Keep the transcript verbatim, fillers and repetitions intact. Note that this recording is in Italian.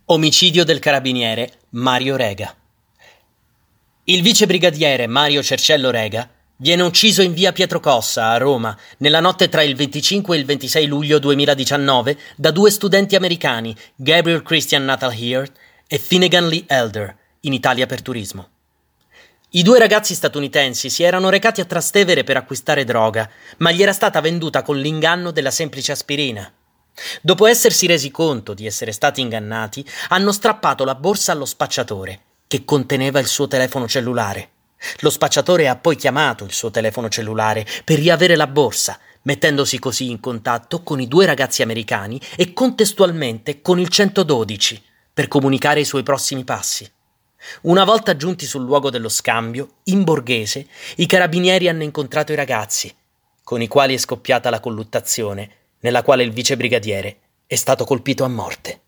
Omicidio del carabiniere Mario Rega. Il vicebrigadiere Mario Cerciello Rega viene ucciso in via Pietro Cossa, a Roma, nella notte tra il venticinque e il ventisei luglio duemiladiciannove da due studenti americani, Gabriel Christian Nathal Heard e Finnegan Lee Elder, in Italia per turismo. I due ragazzi statunitensi si erano recati a Trastevere per acquistare droga, ma gli era stata venduta con l'inganno della semplice aspirina. Dopo essersi resi conto di essere stati ingannati, hanno strappato la borsa allo spacciatore, che conteneva il suo telefono cellulare. Lo spacciatore ha poi chiamato il suo telefono cellulare per riavere la borsa, mettendosi così in contatto con i due ragazzi americani e contestualmente con il centododici per comunicare i suoi prossimi passi. Una volta giunti sul luogo dello scambio, in Borghese, i carabinieri hanno incontrato i ragazzi, con i quali è scoppiata la colluttazione, nella quale il vicebrigadiere è stato colpito a morte.